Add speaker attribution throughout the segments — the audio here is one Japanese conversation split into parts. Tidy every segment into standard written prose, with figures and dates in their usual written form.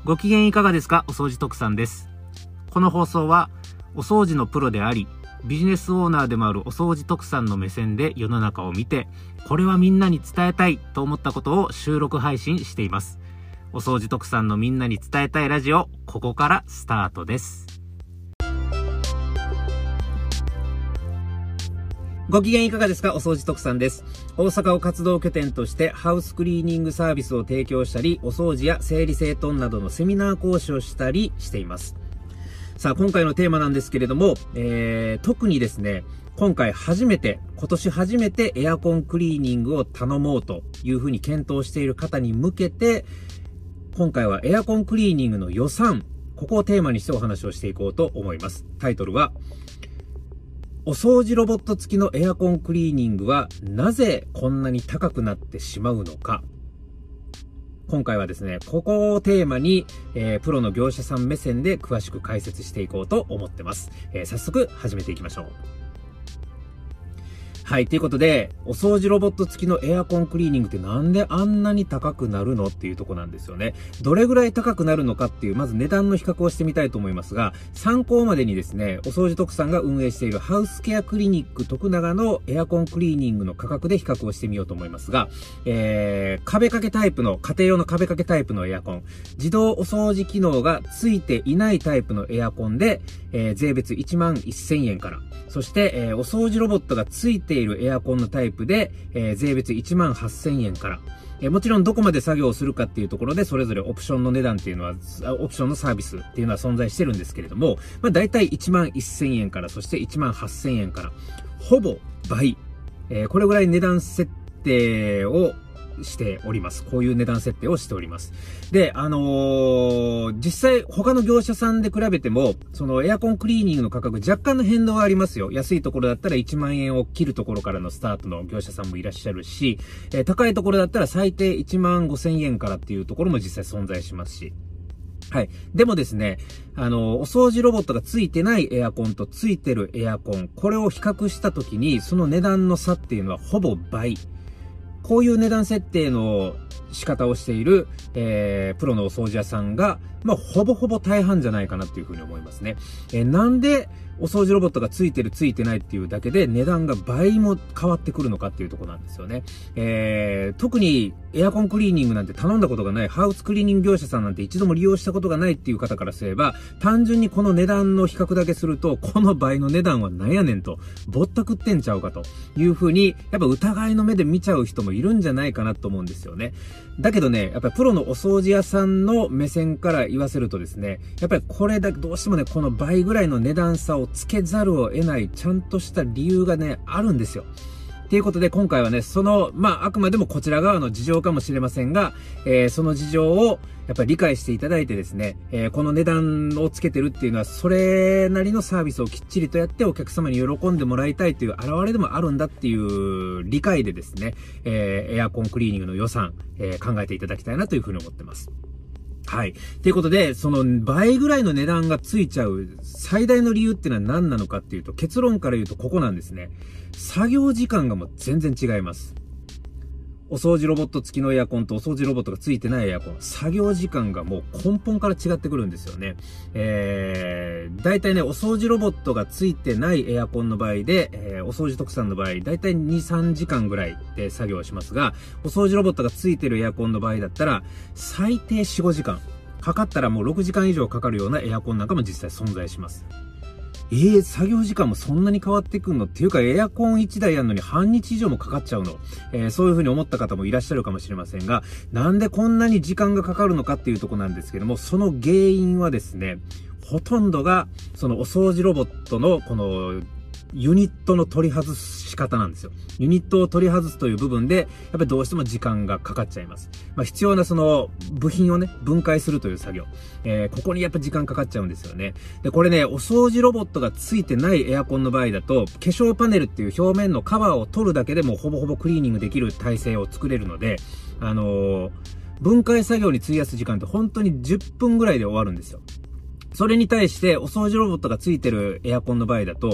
Speaker 1: ご機嫌いかがですか？お掃除特産です。この放送はお掃除のプロでありビジネスオーナーでもあるお掃除特産の目線で世の中を見て、これはみんなに伝えたいと思ったことを収録配信しています。お掃除特産のみんなに伝えたいラジオ、ここからスタートです。ご機嫌いかがですか？お掃除特産です。大阪を活動拠点としてハウスクリーニングサービスを提供したり、お掃除や整理整頓などのセミナー講師をしたりしています。さあ、今回のテーマなんですけれども、特にですね、今年初めてエアコンクリーニングを頼もうというふうに検討している方に向けて、今回はエアコンクリーニングの予算、ここをテーマにしてお話をしていこうと思います。タイトルは、お掃除ロボット付きのエアコンクリーニングはなぜこんなに高くなってしまうのか。今回はですね、ここをテーマに、プロの業者さん目線で詳しく解説していこうと思ってます。早速始めていきましょう。はい、ということで、お掃除ロボット付きのエアコンクリーニングってなんであんなに高くなるのっていうとこなんですよね。どれぐらい高くなるのかっていう、まず値段の比較をしてみたいと思いますが、参考までにですね、お掃除特産が運営しているハウスケアクリニック徳永のエアコンクリーニングの価格で比較をしてみようと思いますが、壁掛けタイプの、家庭用の壁掛けタイプのエアコン、自動お掃除機能が付いていないタイプのエアコンで、税別11,000円から、そして、お掃除ロボットが付いているエアコンのタイプで、税別18,000円から。もちろんどこまで作業をするかっていうところで、それぞれオプションの値段っていうのは、オプションのサービスっていうのは存在してるんですけれども、だいたい11,000円から、そして18,000円から、ほぼ倍。これぐらい値段設定をしております。こういう値段設定をしております。で、実際他の業者さんで比べても、そのエアコンクリーニングの価格若干の変動はありますよ。安いところだったら1万円を切るところからのスタートの業者さんもいらっしゃるし、高いところだったら最低15,000円からっていうところも実際存在しますし。はい。でもですね、お掃除ロボットが付いてないエアコンと付いてるエアコン、これを比較したときに、その値段の差っていうのはほぼ倍。こういう値段設定の仕方をしている、プロのお掃除屋さんが、ほぼほぼ大半じゃないかなっていうふうに思いますね。なんで、お掃除ロボットが付いてる付いてないっていうだけで値段が倍も変わってくるのかっていうところなんですよね。特にエアコンクリーニングなんて頼んだことがない、ハウスクリーニング業者さんなんて一度も利用したことがないっていう方からすれば、単純にこの値段の比較だけすると、この倍の値段はなんやねんと、ぼったくってんちゃうかというふうに、やっぱ疑いの目で見ちゃう人もいるんじゃないかなと思うんですよね。だけどね、やっぱりプロのお掃除屋さんの目線から言わせるとですね、やっぱりこれだけどうしてもね、この倍ぐらいの値段差をつけざるを得ないちゃんとした理由がね、あるんですよ。ということで今回はね、あくまでもこちら側の事情かもしれませんが、その事情をやっぱり理解していただいてですね、この値段をつけてるっていうのは、それなりのサービスをきっちりとやってお客様に喜んでもらいたいという表れでもあるんだっていう理解でですね、エアコンクリーニングの予算、考えていただきたいなというふうに思ってます。はい。ということで、その倍ぐらいの値段がついちゃう最大の理由っていうのは何なのかっていうと、結論から言うとここなんですね。作業時間がもう全然違います。お掃除ロボット付きのエアコンとお掃除ロボットが付いてないエアコン、作業時間がもう根本から違ってくるんですよね。だいたいね、お掃除ロボットが付いてないエアコンの場合で、お掃除特産の場合、だいたい2、3時間ぐらいで作業をしますが、お掃除ロボットが付いてるエアコンの場合だったら、最低4、5時間。かかったらもう6時間以上かかるようなエアコンなんかも実際存在します。作業時間もそんなに変わってくるのっていうか、エアコン1台やるのに半日以上もかかっちゃうの。そういう風に思った方もいらっしゃるかもしれませんが、なんでこんなに時間がかかるのかっていうところなんですけども、その原因はですね、ほとんどが、そのお掃除ロボットのこの、ユニットの取り外し方なんですよ。ユニットを取り外すという部分で、やっぱりどうしても時間がかかっちゃいます。必要なその部品をね、分解するという作業。ここにやっぱ時間かかっちゃうんですよね。で、これね、お掃除ロボットが付いてないエアコンの場合だと、化粧パネルっていう表面のカバーを取るだけでもほぼほぼクリーニングできる体制を作れるので、分解作業に費やす時間って本当に10分ぐらいで終わるんですよ。それに対して、お掃除ロボットが付いてるエアコンの場合だと、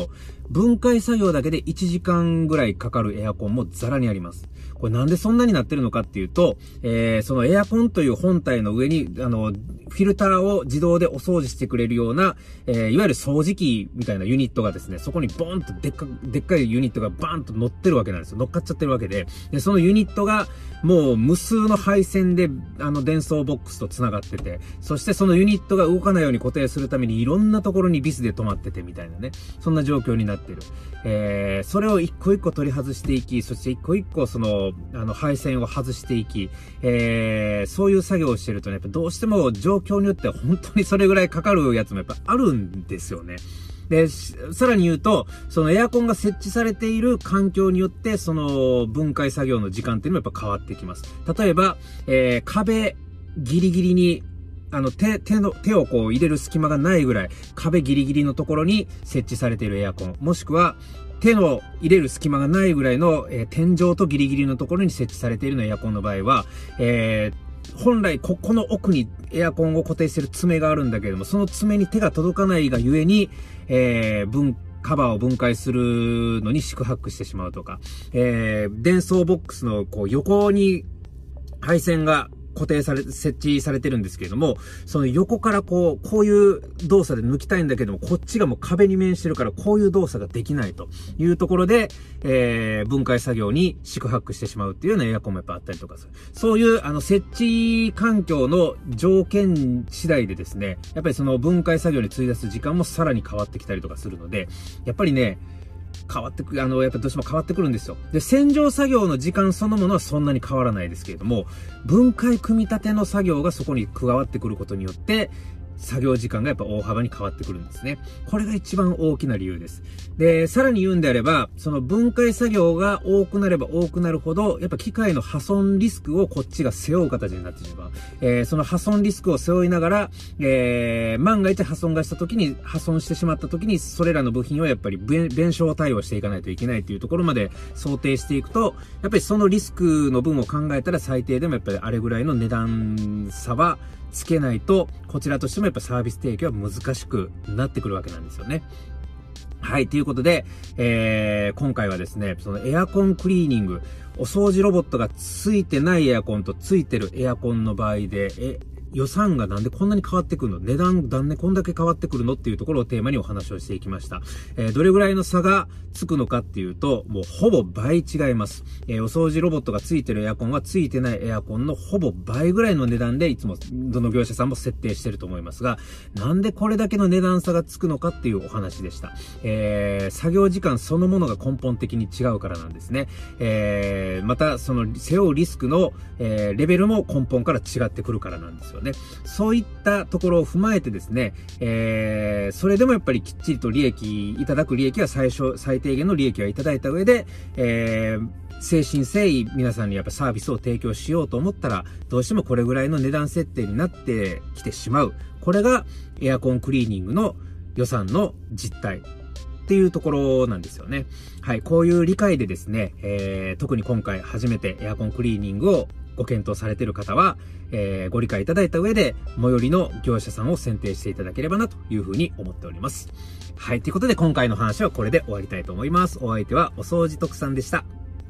Speaker 1: 分解作業だけで1時間ぐらいかかるエアコンもザラにあります。これなんでそんなになってるのかっていうと、そのエアコンという本体の上に、フィルターを自動でお掃除してくれるような、いわゆる掃除機みたいなユニットがですね、そこにボーンとでっかいユニットがバーンと乗ってるわけなんですよ。乗っかっちゃってるわけで、そのユニットがもう無数の配線で、電送ボックスと繋がってて、そしてそのユニットが動かないように固定するためにいろんなところにビスで止まっててみたいなね、そんな状況になってる。それを一個一個取り外していき、そして一個一個その、配線を外していき、そういう作業をしてるとね、やっぱどうしても状況によっては本当にそれぐらいかかるやつもやっぱあるんですよね。で、さらに言うと、そのエアコンが設置されている環境によって、その分解作業の時間っていうのもやっぱ変わってきます。例えば、壁ギリギリに、手をこう入れる隙間がないぐらい、壁ギリギリのところに設置されているエアコン、もしくは、手の入れる隙間がないぐらいの、天井とギリギリのところに設置されているのエアコンの場合は、本来ここの奥にエアコンを固定している爪があるんだけれども、その爪に手が届かないがゆえに、カバーを分解するのに四苦八苦してしまうとか、電送ボックスのこう横に配線が設置されてるんですけれども、その横からこういう動作で抜きたいんだけども、こっちがもう壁に面してるから、こういう動作ができないというところで、分解作業に四苦八苦してしまうっていうようなエアコンもやっぱあったりとかする。そういう設置環境の条件次第でですね、やっぱりその分解作業に費やす時間もさらに変わってきたりとかするので、やっぱりね、変わってくる、やっぱどうしても変わってくるんですよ。で、洗浄作業の時間そのものはそんなに変わらないですけれども、分解組み立ての作業がそこに加わってくることによって、作業時間がやっぱ大幅に変わってくるんですね。これが一番大きな理由です。で、さらに言うんであれば、その分解作業が多くなれば多くなるほど、やっぱ機械の破損リスクをこっちが背負う形になってしまう。その破損リスクを背負いながら、万が一破損してしまった時に、それらの部品をやっぱり弁償対応していかないといけないというところまで想定していくと、やっぱりそのリスクの分を考えたら最低でもやっぱりあれぐらいの値段差はつけないと、こちらとしてもやっぱサービス提供は難しくなってくるわけなんですよね。はい、ということで、今回はですね、そのエアコンクリーニング、お掃除ロボットがついてないエアコンとついてるエアコンの場合で、予算がなんでこんなに変わってくるの？値段なんでこんだけ変わってくるのっていうところをテーマにお話をしていきました。どれぐらいの差がつくのかっていうと、もうほぼ倍違います。お掃除ロボットがついてるエアコンはついてないエアコンのほぼ倍ぐらいの値段でいつもどの業者さんも設定してると思いますが、なんでこれだけの値段差がつくのかっていうお話でした。作業時間そのものが根本的に違うからなんですね。またその背負うリスクの、レベルも根本から違ってくるからなんですよね。そういったところを踏まえてですね、それでもやっぱりきっちりといただく利益は最低限の利益はいただいた上で、誠心誠意皆さんにやっぱサービスを提供しようと思ったら、どうしてもこれぐらいの値段設定になってきてしまう。これがエアコンクリーニングの予算の実態っていうところなんですよね。はい、こういう理解でですね、特に今回初めてエアコンクリーニングをご検討されている方は、ご理解いただいた上で最寄りの業者さんを選定していただければなというふうに思っております。はい、ということで今回の話はこれで終わりたいと思います。お相手はお掃除特産でした。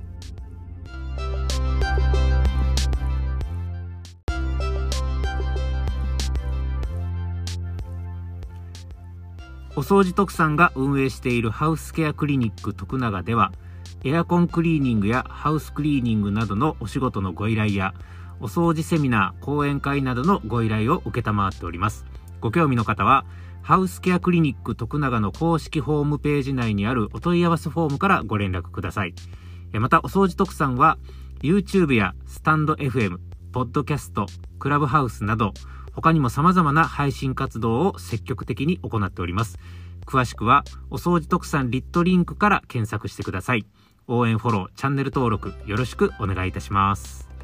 Speaker 1: お掃除特産が運営しているハウスケアクリニック徳永では、エアコンクリーニングやハウスクリーニングなどのお仕事のご依頼や、お掃除セミナー、講演会などのご依頼を受けたまわっております。ご興味の方は、ハウスケアクリニック徳永の公式ホームページ内にあるお問い合わせフォームからご連絡ください。また、お掃除特産は、YouTube やスタンド FM、ポッドキャスト、クラブハウスなど、他にも様々な配信活動を積極的に行っております。詳しくは、お掃除特産リットリンクから検索してください。応援フォロー、チャンネル登録よろしくお願いいたします。